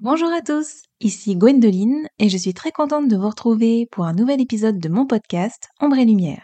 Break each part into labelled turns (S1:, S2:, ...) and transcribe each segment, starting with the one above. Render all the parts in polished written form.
S1: Bonjour à tous, ici Gwendoline et je suis très contente de vous retrouver pour un nouvel épisode de mon podcast Ombre et Lumière.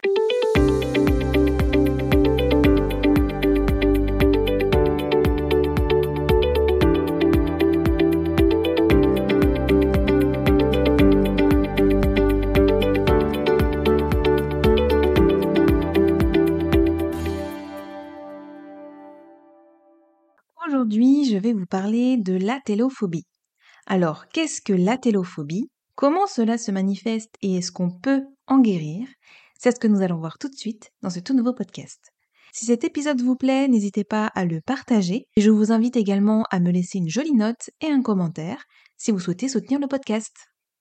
S1: Aujourd'hui, je vais vous parler de l'atelophobie. Alors, qu'est-ce que l'atelophobie? Comment cela se manifeste et est-ce qu'on peut en guérir? C'est ce que nous allons voir tout de suite dans ce tout nouveau podcast. Si cet épisode vous plaît, n'hésitez pas à le partager et je vous invite également à me laisser une jolie note et un commentaire si vous souhaitez soutenir le podcast.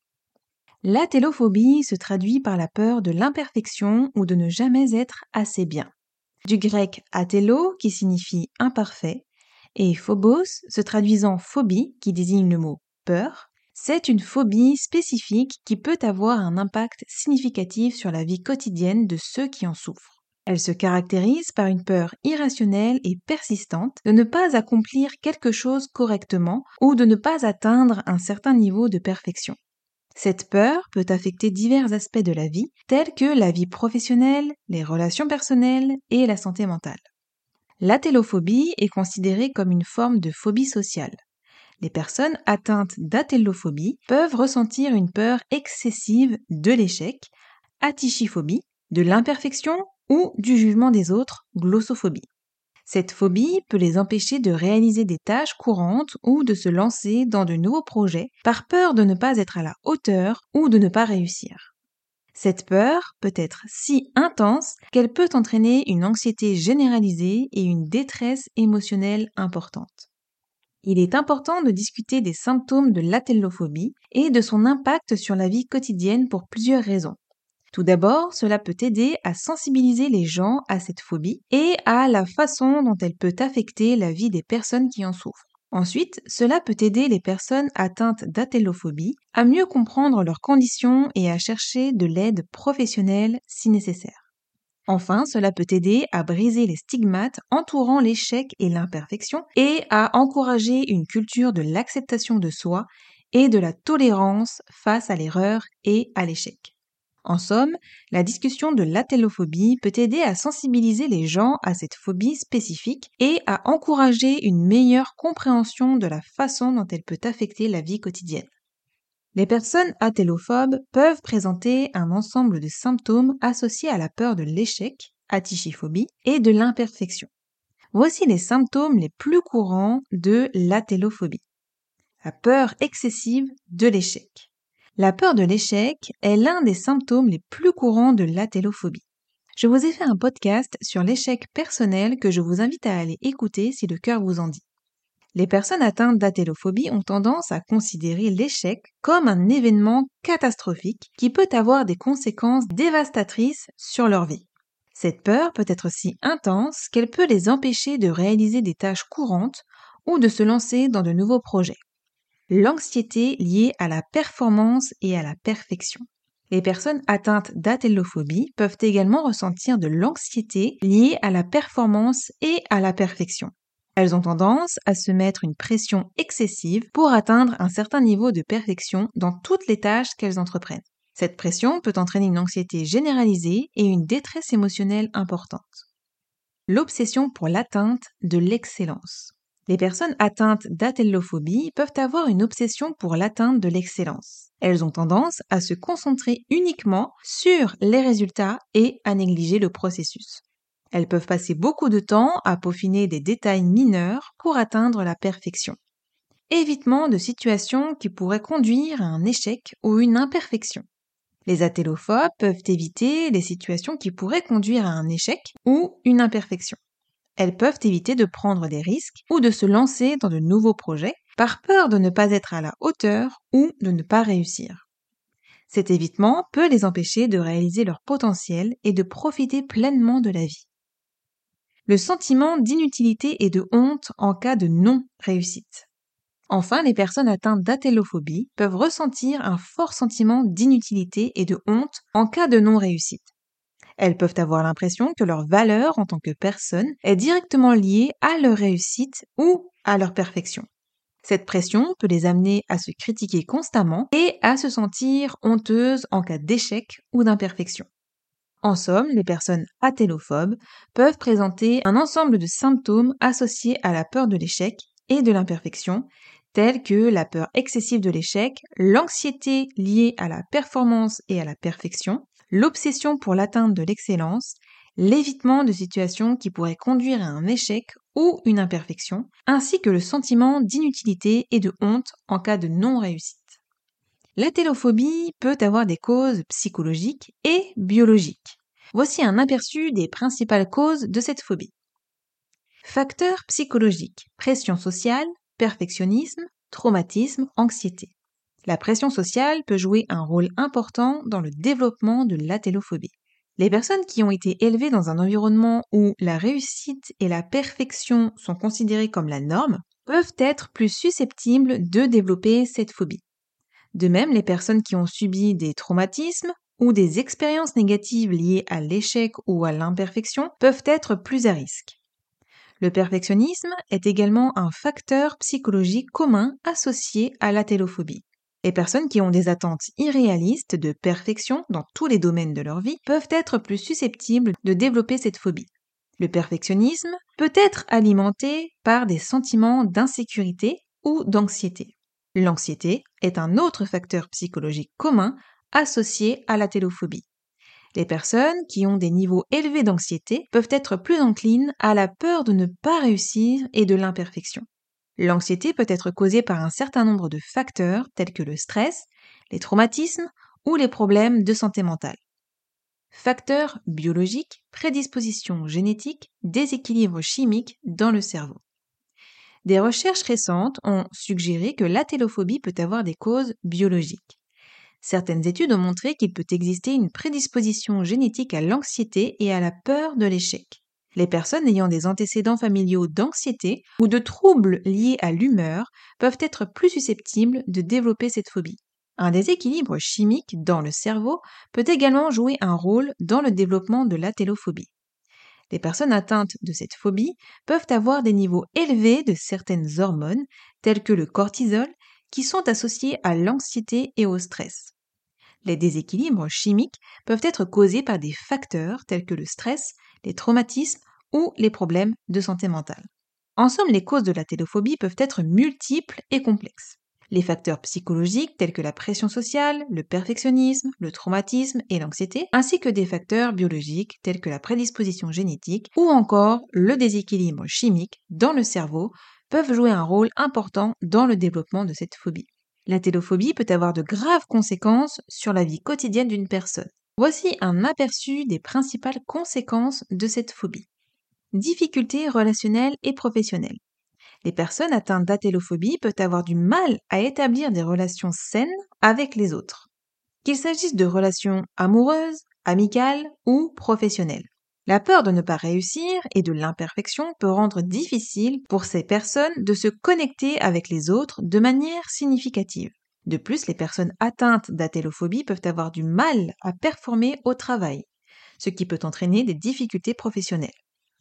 S1: L'atelophobie se traduit par la peur de l'imperfection ou de ne jamais être assez bien. Du grec atello qui signifie imparfait et phobos se traduisant phobie qui désigne le mot peur. C'est une phobie spécifique qui peut avoir un impact significatif sur la vie quotidienne de ceux qui en souffrent. Elle se caractérise par une peur irrationnelle et persistante de ne pas accomplir quelque chose correctement ou de ne pas atteindre un certain niveau de perfection. Cette peur peut affecter divers aspects de la vie, tels que la vie professionnelle, les relations personnelles et la santé mentale. L'atelophobie est considérée comme une forme de phobie sociale. Les personnes atteintes d'atelophobie peuvent ressentir une peur excessive de l'échec, atychiphobie, de l'imperfection ou du jugement des autres, glossophobie. Cette phobie peut les empêcher de réaliser des tâches courantes ou de se lancer dans de nouveaux projets par peur de ne pas être à la hauteur ou de ne pas réussir. Cette peur peut être si intense qu'elle peut entraîner une anxiété généralisée et une détresse émotionnelle importante. Il est important de discuter des symptômes de l'atelophobie et de son impact sur la vie quotidienne pour plusieurs raisons. Tout d'abord, cela peut aider à sensibiliser les gens à cette phobie et à la façon dont elle peut affecter la vie des personnes qui en souffrent. Ensuite, cela peut aider les personnes atteintes d'atelophobie à mieux comprendre leurs conditions et à chercher de l'aide professionnelle si nécessaire. Enfin, cela peut aider à briser les stigmates entourant l'échec et l'imperfection et à encourager une culture de l'acceptation de soi et de la tolérance face à l'erreur et à l'échec. En somme, la discussion de l'atelophobie peut aider à sensibiliser les gens à cette phobie spécifique et à encourager une meilleure compréhension de la façon dont elle peut affecter la vie quotidienne. Les personnes atelophobes peuvent présenter un ensemble de symptômes associés à la peur de l'échec, atychiphobie, et de l'imperfection. Voici les symptômes les plus courants de l'atelophobie. La peur excessive de l'échec. La peur de l'échec est l'un des symptômes les plus courants de l'atelophobie. Je vous ai fait un podcast sur l'échec personnel que je vous invite à aller écouter si le cœur vous en dit. Les personnes atteintes d'atelophobie ont tendance à considérer l'échec comme un événement catastrophique qui peut avoir des conséquences dévastatrices sur leur vie. Cette peur peut être si intense qu'elle peut les empêcher de réaliser des tâches courantes ou de se lancer dans de nouveaux projets. L'anxiété liée à la performance et à la perfection. Les personnes atteintes d'atelophobie peuvent également ressentir de l'anxiété liée à la performance et à la perfection. Elles ont tendance à se mettre une pression excessive pour atteindre un certain niveau de perfection dans toutes les tâches qu'elles entreprennent. Cette pression peut entraîner une anxiété généralisée et une détresse émotionnelle importante. L'obsession pour l'atteinte de l'excellence. Les personnes atteintes d'atelophobie peuvent avoir une obsession pour l'atteinte de l'excellence. Elles ont tendance à se concentrer uniquement sur les résultats et à négliger le processus. Elles peuvent passer beaucoup de temps à peaufiner des détails mineurs pour atteindre la perfection. Évitement de situations qui pourraient conduire à un échec ou une imperfection. Les atelophobes peuvent éviter les situations qui pourraient conduire à un échec ou une imperfection. Elles peuvent éviter de prendre des risques ou de se lancer dans de nouveaux projets par peur de ne pas être à la hauteur ou de ne pas réussir. Cet évitement peut les empêcher de réaliser leur potentiel et de profiter pleinement de la vie. Le sentiment d'inutilité et de honte en cas de non-réussite. Enfin, les personnes atteintes d'atelophobie peuvent ressentir un fort sentiment d'inutilité et de honte en cas de non-réussite. Elles peuvent avoir l'impression que leur valeur en tant que personne est directement liée à leur réussite ou à leur perfection. Cette pression peut les amener à se critiquer constamment et à se sentir honteuses en cas d'échec ou d'imperfection. En somme, les personnes atélophobes peuvent présenter un ensemble de symptômes associés à la peur de l'échec et de l'imperfection, tels que la peur excessive de l'échec, l'anxiété liée à la performance et à la perfection, l'obsession pour l'atteinte de l'excellence, l'évitement de situations qui pourraient conduire à un échec ou une imperfection, ainsi que le sentiment d'inutilité et de honte en cas de non-réussite. L'atélophobie peut avoir des causes psychologiques et biologiques. Voici un aperçu des principales causes de cette phobie. Facteurs psychologiques: pression sociale, perfectionnisme, traumatisme, anxiété. La pression sociale peut jouer un rôle important dans le développement de l'atélophobie. Les personnes qui ont été élevées dans un environnement où la réussite et la perfection sont considérées comme la norme peuvent être plus susceptibles de développer cette phobie. De même, les personnes qui ont subi des traumatismes ou des expériences négatives liées à l'échec ou à l'imperfection peuvent être plus à risque. Le perfectionnisme est également un facteur psychologique commun associé à l'atélophobie. Les personnes qui ont des attentes irréalistes de perfection dans tous les domaines de leur vie peuvent être plus susceptibles de développer cette phobie. Le perfectionnisme peut être alimenté par des sentiments d'insécurité ou d'anxiété. L'anxiété est un autre facteur psychologique commun associé à l'atélophobie. Les personnes qui ont des niveaux élevés d'anxiété peuvent être plus enclines à la peur de ne pas réussir et de l'imperfection. L'anxiété peut être causée par un certain nombre de facteurs tels que le stress, les traumatismes ou les problèmes de santé mentale. Facteurs biologiques, prédispositions génétiques, déséquilibres chimiques dans le cerveau. Des recherches récentes ont suggéré que l'atélophobie peut avoir des causes biologiques. Certaines études ont montré qu'il peut exister une prédisposition génétique à l'anxiété et à la peur de l'échec. Les personnes ayant des antécédents familiaux d'anxiété ou de troubles liés à l'humeur peuvent être plus susceptibles de développer cette phobie. Un déséquilibre chimique dans le cerveau peut également jouer un rôle dans le développement de l'atélophobie. Les personnes atteintes de cette phobie peuvent avoir des niveaux élevés de certaines hormones, telles que le cortisol, qui sont associées à l'anxiété et au stress. Les déséquilibres chimiques peuvent être causés par des facteurs tels que le stress, les traumatismes ou les problèmes de santé mentale. En somme, les causes de l'atélophobie peuvent être multiples et complexes. Les facteurs psychologiques tels que la pression sociale, le perfectionnisme, le traumatisme et l'anxiété, ainsi que des facteurs biologiques tels que la prédisposition génétique ou encore le déséquilibre chimique dans le cerveau peuvent jouer un rôle important dans le développement de cette phobie. L'atélophobie peut avoir de graves conséquences sur la vie quotidienne d'une personne. Voici un aperçu des principales conséquences de cette phobie. Difficultés relationnelles et professionnelles. Les personnes atteintes d'atélophobie peuvent avoir du mal à établir des relations saines avec les autres, qu'il s'agisse de relations amoureuses, amicales ou professionnelles. La peur de ne pas réussir et de l'imperfection peut rendre difficile pour ces personnes de se connecter avec les autres de manière significative. De plus, les personnes atteintes d'atélophobie peuvent avoir du mal à performer au travail, ce qui peut entraîner des difficultés professionnelles.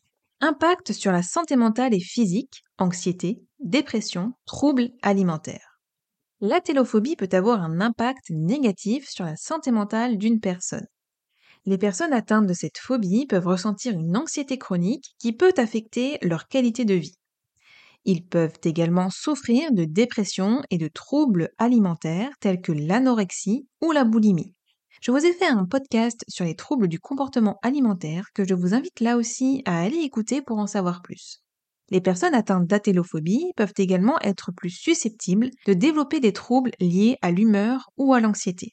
S1: Impact sur la santé mentale et physique, anxiété, dépression, troubles alimentaires. L'atélophobie peut avoir un impact négatif sur la santé mentale d'une personne. Les personnes atteintes de cette phobie peuvent ressentir une anxiété chronique qui peut affecter leur qualité de vie. Ils peuvent également souffrir de dépression et de troubles alimentaires tels que l'anorexie ou la boulimie. Je vous ai fait un podcast sur les troubles du comportement alimentaire que je vous invite là aussi à aller écouter pour en savoir plus. Les personnes atteintes d'atélophobie peuvent également être plus susceptibles de développer des troubles liés à l'humeur ou à l'anxiété.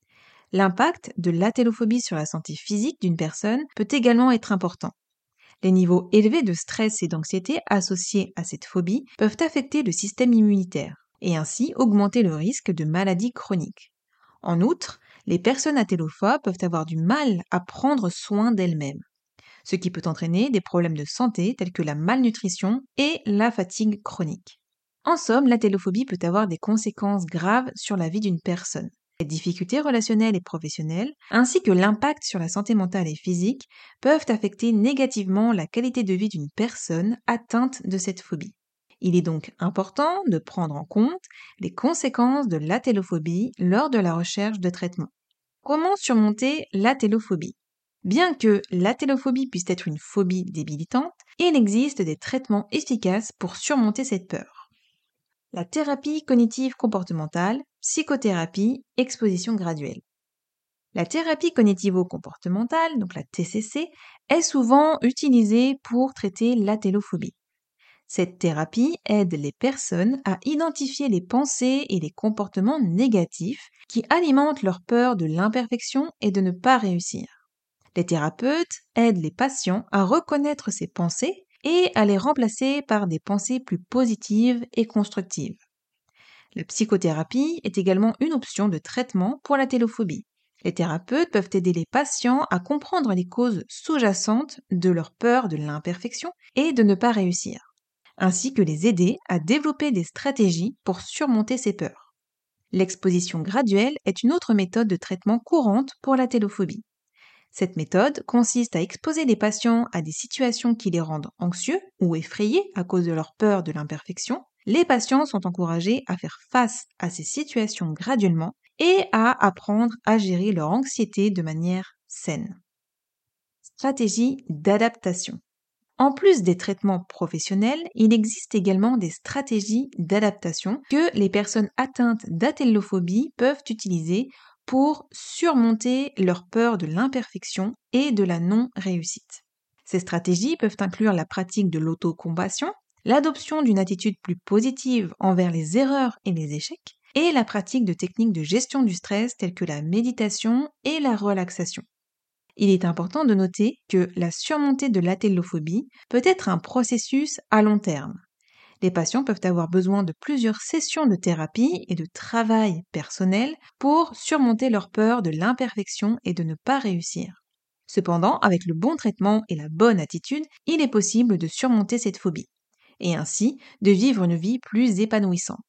S1: L'impact de l'atélophobie sur la santé physique d'une personne peut également être important. Les niveaux élevés de stress et d'anxiété associés à cette phobie peuvent affecter le système immunitaire et ainsi augmenter le risque de maladies chroniques. En outre, les personnes atélophobes peuvent avoir du mal à prendre soin d'elles-mêmes, ce qui peut entraîner des problèmes de santé tels que la malnutrition et la fatigue chronique. En somme, l'atélophobie peut avoir des conséquences graves sur la vie d'une personne. Les difficultés relationnelles et professionnelles, ainsi que l'impact sur la santé mentale et physique, peuvent affecter négativement la qualité de vie d'une personne atteinte de cette phobie. Il est donc important de prendre en compte les conséquences de l'atélophobie lors de la recherche de traitement. Comment surmonter l'atélophobie? Bien que l'atélophobie puisse être une phobie débilitante, il existe des traitements efficaces pour surmonter cette peur. La thérapie cognitive comportementale, psychothérapie, exposition graduelle. La thérapie cognitivo-comportementale, donc la TCC, est souvent utilisée pour traiter l'atélophobie. Cette thérapie aide les personnes à identifier les pensées et les comportements négatifs qui alimentent leur peur de l'imperfection et de ne pas réussir. Les thérapeutes aident les patients à reconnaître ces pensées et à les remplacer par des pensées plus positives et constructives. La psychothérapie est également une option de traitement pour la télophobie. Les thérapeutes peuvent aider les patients à comprendre les causes sous-jacentes de leur peur de l'imperfection et de ne pas réussir, ainsi que les aider à développer des stratégies pour surmonter ces peurs. L'exposition graduelle est une autre méthode de traitement courante pour la télophobie. Cette méthode consiste à exposer les patients à des situations qui les rendent anxieux ou effrayés à cause de leur peur de l'imperfection. Les patients sont encouragés à faire face à ces situations graduellement et à apprendre à gérer leur anxiété de manière saine. Stratégie d'adaptation. En plus des traitements professionnels, il existe également des stratégies d'adaptation que les personnes atteintes d'atélophobie peuvent utiliser pour surmonter leur peur de l'imperfection et de la non-réussite. Ces stratégies peuvent inclure la pratique de l'autocompassion, l'adoption d'une attitude plus positive envers les erreurs et les échecs, et la pratique de techniques de gestion du stress telles que la méditation et la relaxation. Il est important de noter que la surmontée de l'atélophobie peut être un processus à long terme. Les patients peuvent avoir besoin de plusieurs sessions de thérapie et de travail personnel pour surmonter leur peur de l'imperfection et de ne pas réussir. Cependant, avec le bon traitement et la bonne attitude, il est possible de surmonter cette phobie et ainsi de vivre une vie plus épanouissante.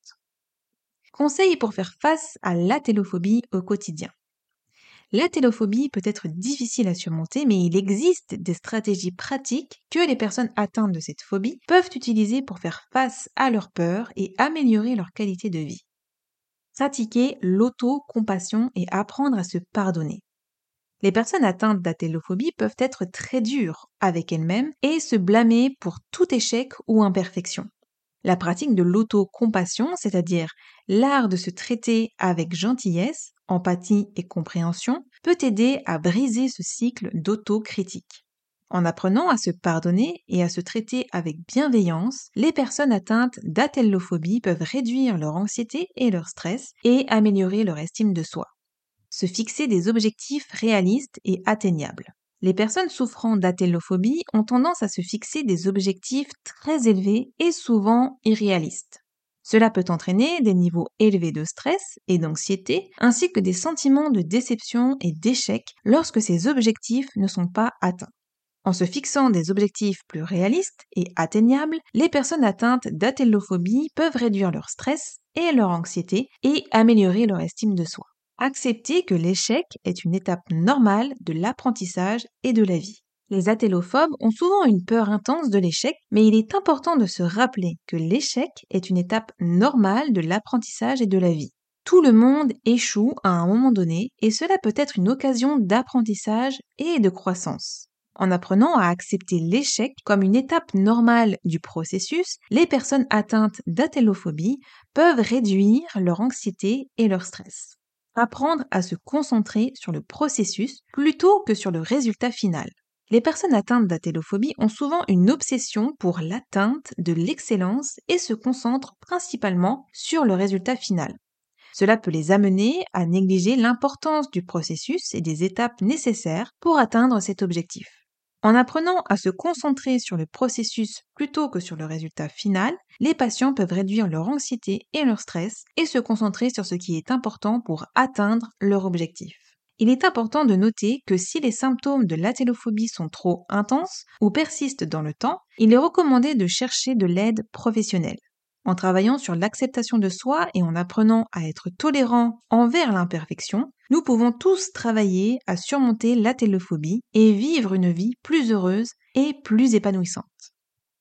S1: Conseils pour faire face à l'atélophobie au quotidien. L'atélophobie peut être difficile à surmonter, mais il existe des stratégies pratiques que les personnes atteintes de cette phobie peuvent utiliser pour faire face à leur peur et améliorer leur qualité de vie. Pratiquer l'autocompassion et apprendre à se pardonner. Les personnes atteintes d'atélophobie peuvent être très dures avec elles-mêmes et se blâmer pour tout échec ou imperfection. La pratique de l'autocompassion, c'est-à-dire l'art de se traiter avec gentillesse, empathie et compréhension, peut aider à briser ce cycle d'autocritique. En apprenant à se pardonner et à se traiter avec bienveillance, les personnes atteintes d'atélophobie peuvent réduire leur anxiété et leur stress et améliorer leur estime de soi. Se fixer des objectifs réalistes et atteignables. Les personnes souffrant d'atélophobie ont tendance à se fixer des objectifs très élevés et souvent irréalistes. Cela peut entraîner des niveaux élevés de stress et d'anxiété, ainsi que des sentiments de déception et d'échec lorsque ces objectifs ne sont pas atteints. En se fixant des objectifs plus réalistes et atteignables, les personnes atteintes d'atélophobie peuvent réduire leur stress et leur anxiété et améliorer leur estime de soi. Accepter que l'échec est une étape normale de l'apprentissage et de la vie. Les atélophobes ont souvent une peur intense de l'échec, mais il est important de se rappeler que l'échec est une étape normale de l'apprentissage et de la vie. Tout le monde échoue à un moment donné et cela peut être une occasion d'apprentissage et de croissance. En apprenant à accepter l'échec comme une étape normale du processus, les personnes atteintes d'atélophobie peuvent réduire leur anxiété et leur stress. Apprendre à se concentrer sur le processus plutôt que sur le résultat final. Les personnes atteintes d'atélophobie ont souvent une obsession pour l'atteinte de l'excellence et se concentrent principalement sur le résultat final. Cela peut les amener à négliger l'importance du processus et des étapes nécessaires pour atteindre cet objectif. En apprenant à se concentrer sur le processus plutôt que sur le résultat final, les patients peuvent réduire leur anxiété et leur stress et se concentrer sur ce qui est important pour atteindre leur objectif. Il est important de noter que si les symptômes de l'atélophobie sont trop intenses ou persistent dans le temps, il est recommandé de chercher de l'aide professionnelle. En travaillant sur l'acceptation de soi et en apprenant à être tolérant envers l'imperfection, nous pouvons tous travailler à surmonter l'atélophobie et vivre une vie plus heureuse et plus épanouissante.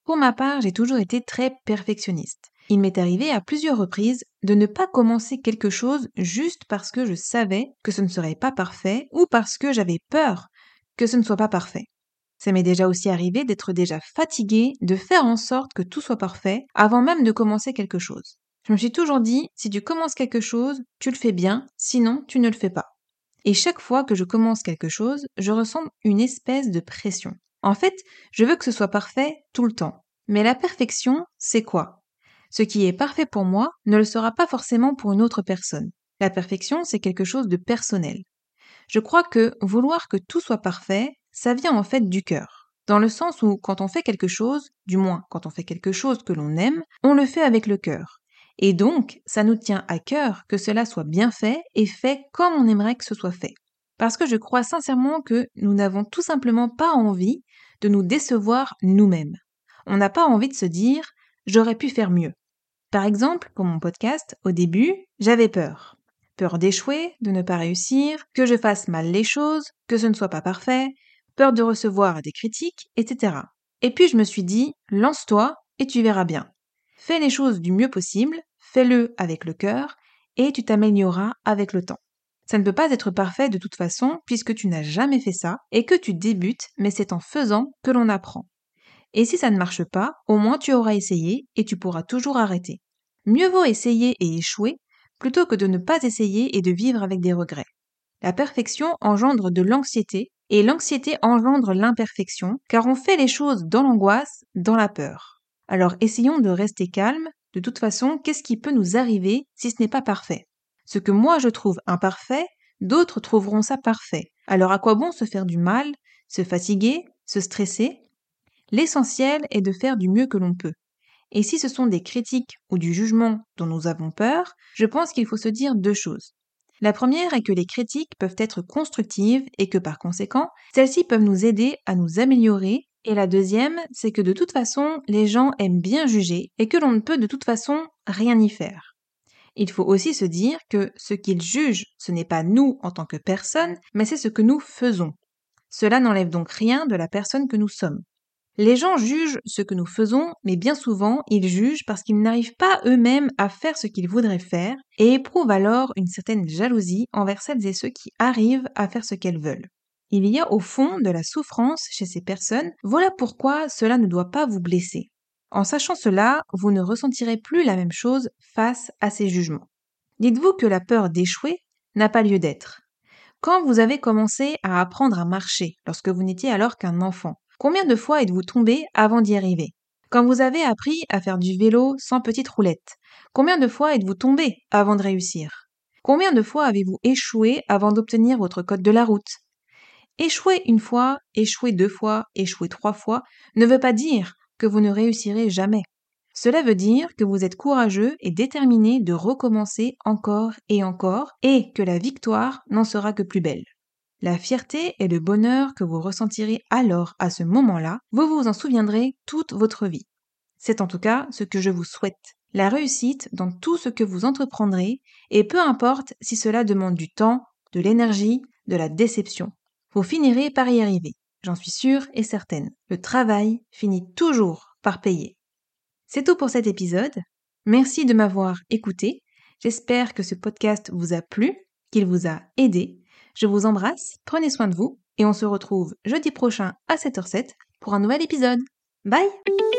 S1: Pour ma part, j'ai toujours été très perfectionniste. Il m'est arrivé à plusieurs reprises de ne pas commencer quelque chose juste parce que je savais que ce ne serait pas parfait ou parce que j'avais peur que ce ne soit pas parfait. Ça m'est déjà aussi arrivé d'être déjà fatiguée de faire en sorte que tout soit parfait avant même de commencer quelque chose. Je me suis toujours dit, si tu commences quelque chose, tu le fais bien, sinon tu ne le fais pas. Et chaque fois que je commence quelque chose, je ressens une espèce de pression. En fait, je veux que ce soit parfait tout le temps. Mais la perfection, c'est quoi? Ce qui est parfait pour moi ne le sera pas forcément pour une autre personne. La perfection, c'est quelque chose de personnel. Je crois que vouloir que tout soit parfait, ça vient en fait du cœur. Dans le sens où quand on fait quelque chose, du moins quand on fait quelque chose que l'on aime, on le fait avec le cœur. Et donc, ça nous tient à cœur que cela soit bien fait et fait comme on aimerait que ce soit fait. Parce que je crois sincèrement que nous n'avons tout simplement pas envie de nous décevoir nous-mêmes. On n'a pas envie de se dire « j'aurais pu faire mieux ». Par exemple, pour mon podcast, au début, j'avais peur. Peur d'échouer, de ne pas réussir, que je fasse mal les choses, que ce ne soit pas parfait, peur de recevoir des critiques, etc. Et puis je me suis dit, lance-toi et tu verras bien. Fais les choses du mieux possible, fais-le avec le cœur et tu t'amélioreras avec le temps. Ça ne peut pas être parfait de toute façon puisque tu n'as jamais fait ça et que tu débutes, mais c'est en faisant que l'on apprend. Et si ça ne marche pas, au moins tu auras essayé et tu pourras toujours arrêter. Mieux vaut essayer et échouer plutôt que de ne pas essayer et de vivre avec des regrets. La perfection engendre de l'anxiété et l'anxiété engendre l'imperfection car on fait les choses dans l'angoisse, dans la peur. Alors essayons de rester calmes. De toute façon, qu'est-ce qui peut nous arriver si ce n'est pas parfait? Ce que moi je trouve imparfait, d'autres trouveront ça parfait. Alors à quoi bon se faire du mal, se fatiguer, se stresser? L'essentiel est de faire du mieux que l'on peut. Et si ce sont des critiques ou du jugement dont nous avons peur, je pense qu'il faut se dire deux choses. La première est que les critiques peuvent être constructives et que par conséquent, celles-ci peuvent nous aider à nous améliorer. Et la deuxième, c'est que de toute façon, les gens aiment bien juger et que l'on ne peut de toute façon rien y faire. Il faut aussi se dire que ce qu'ils jugent, ce n'est pas nous en tant que personne, mais c'est ce que nous faisons. Cela n'enlève donc rien de la personne que nous sommes. Les gens jugent ce que nous faisons, mais bien souvent, ils jugent parce qu'ils n'arrivent pas eux-mêmes à faire ce qu'ils voudraient faire et éprouvent alors une certaine jalousie envers celles et ceux qui arrivent à faire ce qu'elles veulent. Il y a au fond de la souffrance chez ces personnes, voilà pourquoi cela ne doit pas vous blesser. En sachant cela, vous ne ressentirez plus la même chose face à ces jugements. Dites-vous que la peur d'échouer n'a pas lieu d'être. Quand vous avez commencé à apprendre à marcher, lorsque vous n'étiez alors qu'un enfant, combien de fois êtes-vous tombé avant d'y arriver? Quand vous avez appris à faire du vélo sans petite roulette, combien de fois êtes-vous tombé avant de réussir? Combien de fois avez-vous échoué avant d'obtenir votre code de la route? Échouer une fois, échouer deux fois, échouer trois fois ne veut pas dire que vous ne réussirez jamais. Cela veut dire que vous êtes courageux et déterminé de recommencer encore et que la victoire n'en sera que plus belle. La fierté et le bonheur que vous ressentirez alors à ce moment-là, vous vous en souviendrez toute votre vie. C'est en tout cas ce que je vous souhaite. La réussite dans tout ce que vous entreprendrez et peu importe si cela demande du temps, de l'énergie, de la déception. Vous finirez par y arriver, j'en suis sûre et certaine. Le travail finit toujours par payer. C'est tout pour cet épisode. Merci de m'avoir écouté. J'espère que ce podcast vous a plu, qu'il vous a aidé. Je vous embrasse, prenez soin de vous et on se retrouve jeudi prochain à 7h07 pour un nouvel épisode. Bye!